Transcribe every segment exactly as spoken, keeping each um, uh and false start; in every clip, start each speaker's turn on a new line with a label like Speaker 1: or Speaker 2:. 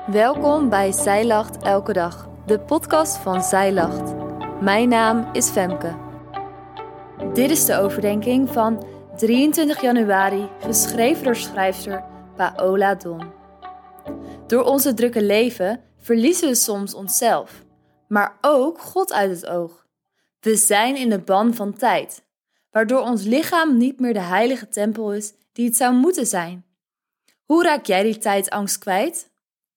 Speaker 1: Welkom bij Zij Lacht Elke Dag, de podcast van Zij Lacht. Mijn naam is Femke. Dit is de overdenking van drieëntwintig januari, geschreven door schrijfster Paola Don. Door onze drukke leven verliezen we soms onszelf, maar ook God uit het oog. We zijn in de ban van tijd, waardoor ons lichaam niet meer de heilige tempel is die het zou moeten zijn. Hoe raak jij die tijdsangst kwijt?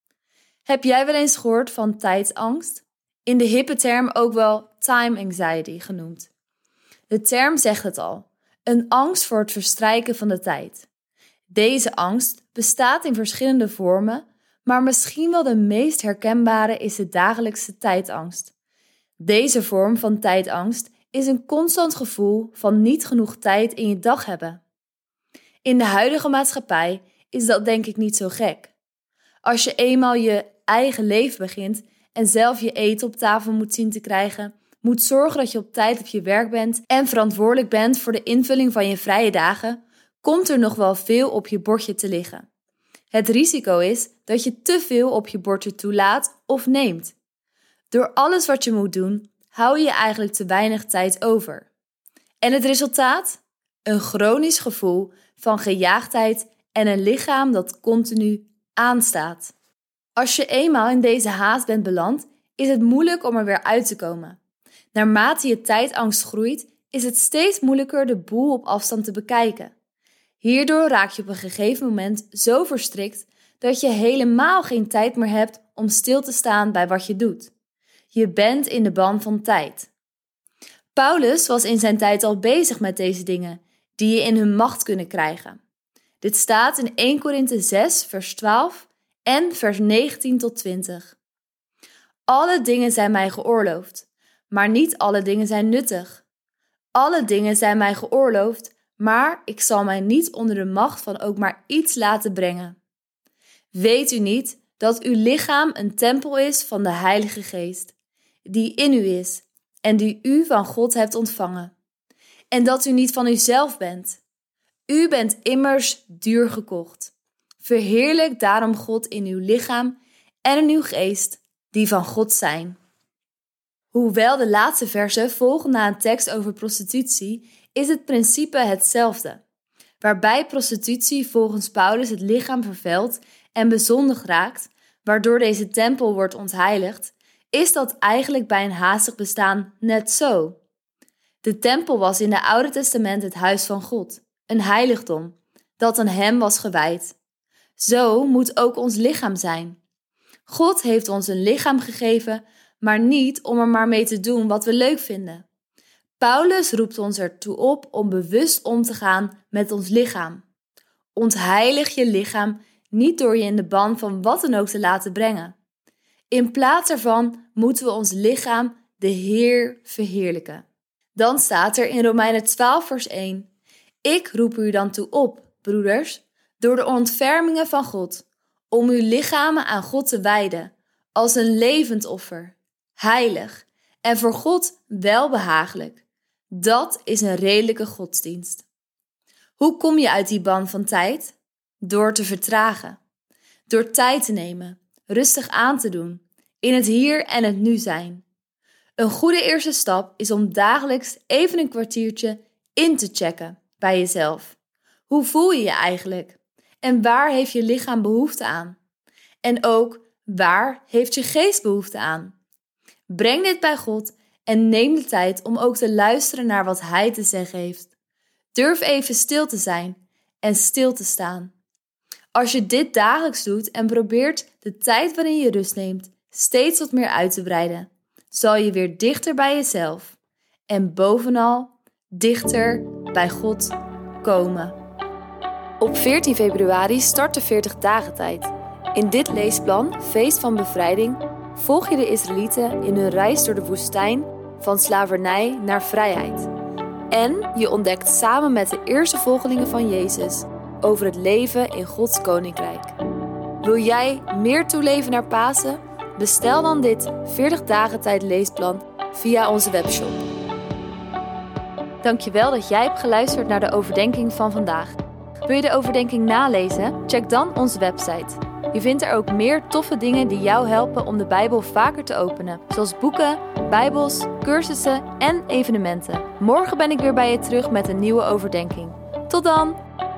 Speaker 1: Heb jij wel eens gehoord van tijdsangst? In de hippe term ook wel time anxiety genoemd. De term zegt het al, een angst voor het verstrijken van de tijd. Deze angst bestaat in verschillende vormen, maar misschien wel de meest herkenbare is de dagelijkse tijdangst. Deze vorm van tijdangst is een constant gevoel van niet genoeg tijd in je dag hebben. In de huidige maatschappij is dat denk ik niet zo gek. Als je eenmaal je eigen leven begint en zelf je eten op tafel moet zien te krijgen, moet zorgen dat je op tijd op je werk bent en verantwoordelijk bent voor de invulling van je vrije dagen, komt er nog wel veel op je bordje te liggen. Het risico is dat je te veel op je bordje toelaat of neemt. Door alles wat je moet doen, hou je eigenlijk te weinig tijd over. En het resultaat? Een chronisch gevoel van gejaagdheid en een lichaam dat continu aanstaat. Als je eenmaal in deze haast bent beland, is het moeilijk om er weer uit te komen. Naarmate je tijdangst groeit, is het steeds moeilijker de boel op afstand te bekijken. Hierdoor raak je op een gegeven moment zo verstrikt dat je helemaal geen tijd meer hebt om stil te staan bij wat je doet. Je bent in de ban van tijd. Paulus was in zijn tijd al bezig met deze dingen, die je in hun macht kunnen krijgen. Dit staat in eerste Korinthe zes, vers twaalf en vers negentien tot twintig. Alle dingen zijn mij geoorloofd, maar niet alle dingen zijn nuttig. Alle dingen zijn mij geoorloofd, maar ik zal mij niet onder de macht van ook maar iets laten brengen. Weet u niet dat uw lichaam een tempel is van de Heilige Geest, die in u is en die u van God hebt ontvangen, en dat u niet van uzelf bent? U bent immers duur gekocht. Verheerlijk daarom God in uw lichaam en in uw geest, die van God zijn. Hoewel de laatste verzen volgen na een tekst over prostitutie, is het principe hetzelfde. Waarbij prostitutie volgens Paulus het lichaam vervuilt en bezondigd raakt, waardoor deze tempel wordt ontheiligd, is dat eigenlijk bij een haastig bestaan net zo. De tempel was in het Oude Testament het huis van God, een heiligdom, dat aan hem was gewijd. Zo moet ook ons lichaam zijn. God heeft ons een lichaam gegeven, maar niet om er maar mee te doen wat we leuk vinden. Paulus roept ons ertoe op om bewust om te gaan met ons lichaam. Ontheilig je lichaam niet door je in de ban van wat dan ook te laten brengen. In plaats daarvan moeten we ons lichaam de Heer verheerlijken. Dan staat er in Romeinen twaalf vers één: Ik roep u dan toe op, broeders, door de ontfermingen van God, om uw lichamen aan God te wijden, als een levend offer, heilig en voor God welbehagelijk. Dat is een redelijke godsdienst. Hoe kom je uit die ban van tijd? Door te vertragen. Door tijd te nemen, rustig aan te doen, in het hier en het nu zijn. Een goede eerste stap is om dagelijks even een kwartiertje in te checken bij jezelf. Hoe voel je je eigenlijk? En waar heeft je lichaam behoefte aan? En ook, waar heeft je geest behoefte aan? Breng dit bij God en neem de tijd om ook te luisteren naar wat Hij te zeggen heeft. Durf even stil te zijn en stil te staan. Als je dit dagelijks doet en probeert de tijd waarin je rust neemt steeds wat meer uit te breiden, zal je weer dichter bij jezelf en bovenal dichter bij God komen. Op veertien februari start de veertig dagen tijd. In dit leesplan, Feest van Bevrijding, volg je de Israëlieten in hun reis door de woestijn van slavernij naar vrijheid. En je ontdekt samen met de eerste volgelingen van Jezus over het leven in Gods Koninkrijk. Wil jij meer toeleven naar Pasen? Bestel dan dit veertig dagen tijd leesplan via onze webshop. Dankjewel dat jij hebt geluisterd naar de overdenking van vandaag. Wil je de overdenking nalezen? Check dan onze website Je vindt er ook meer toffe dingen die jou helpen om de Bijbel vaker te openen. Zoals boeken, bijbels, cursussen en evenementen. Morgen ben ik weer bij je terug met een nieuwe overdenking. Tot dan!